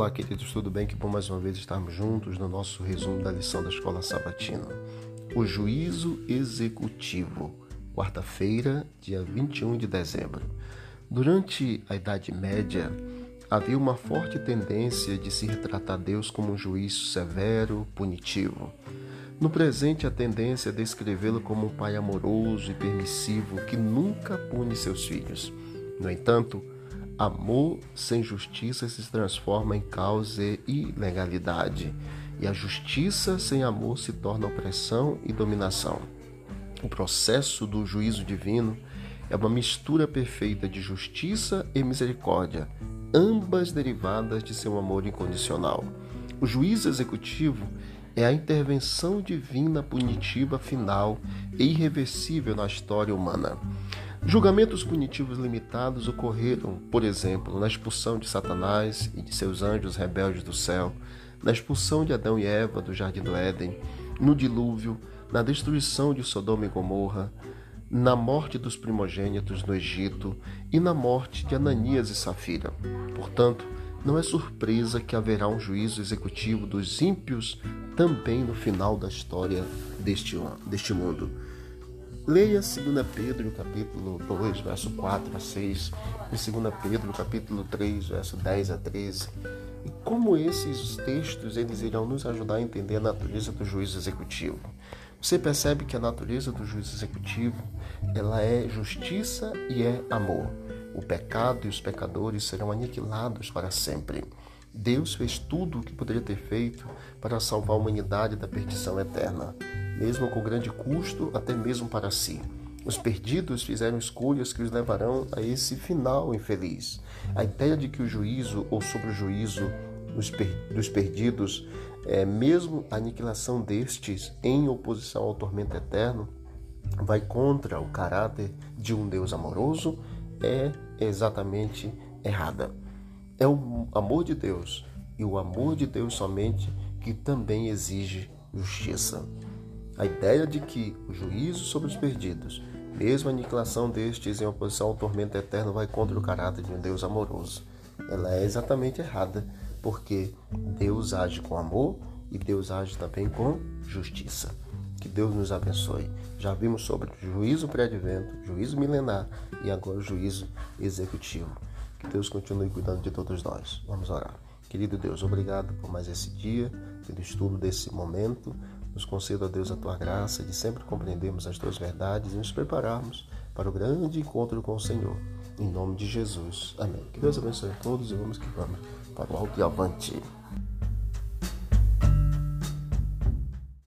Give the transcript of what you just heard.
Olá, queridos, tudo bem? Que bom mais uma vez estarmos juntos no nosso resumo da lição da Escola Sabatina. O juízo executivo, quarta-feira, dia 21 de dezembro. Durante a Idade Média, havia uma forte tendência de se retratar Deus como um juiz severo, punitivo. No presente, a tendência é descrevê-lo como um pai amoroso e permissivo que nunca pune seus filhos. No entanto, amor sem justiça se transforma em caos e ilegalidade, e a justiça sem amor se torna opressão e dominação. O processo do juízo divino é uma mistura perfeita de justiça e misericórdia, ambas derivadas de seu amor incondicional. O juízo executivo é a intervenção divina punitiva final e irreversível na história humana. Julgamentos punitivos limitados ocorreram, por exemplo, na expulsão de Satanás e de seus anjos rebeldes do céu, na expulsão de Adão e Eva do Jardim do Éden, no dilúvio, na destruição de Sodoma e Gomorra, na morte dos primogênitos no Egito e na morte de Ananias e Safira. Portanto, não é surpresa que haverá um juízo executivo dos ímpios também no final da história deste mundo. Leia 2 Pedro, capítulo 2, verso 4 a 6, e 2 Pedro, capítulo 3, verso 10 a 13. E como esses textos eles irão nos ajudar a entender a natureza do juízo executivo. Você percebe que a natureza do juízo executivo, ela é justiça e é amor. O pecado e os pecadores serão aniquilados para sempre. Deus fez tudo o que poderia ter feito para salvar a humanidade da perdição eterna, mesmo com grande custo, até mesmo para si. Os perdidos fizeram escolhas que os levarão a esse final infeliz. A ideia de que o juízo ou sobre o juízo dos perdidos, mesmo a aniquilação destes em oposição ao tormento eterno, vai contra o caráter de um Deus amoroso, é exatamente errada. É o amor de Deus e o amor de Deus somente que também exige justiça. A ideia de que o juízo sobre os perdidos, mesmo a aniquilação destes em oposição ao tormento eterno, vai contra o caráter de um Deus amoroso, ela é exatamente errada, porque Deus age com amor e Deus age também com justiça. Que Deus nos abençoe. Já vimos sobre o juízo pré-advento, juízo milenar e agora o juízo executivo. Que Deus continue cuidando de todos nós. Vamos orar. Querido Deus, obrigado por mais esse dia, pelo estudo desse momento. Nos conceda, Deus, a Tua graça de sempre compreendermos as Tuas verdades e nos prepararmos para o grande encontro com o Senhor. Em nome de Jesus. Amém. Que Deus abençoe a todos e vamos que vamos para o alto e avante.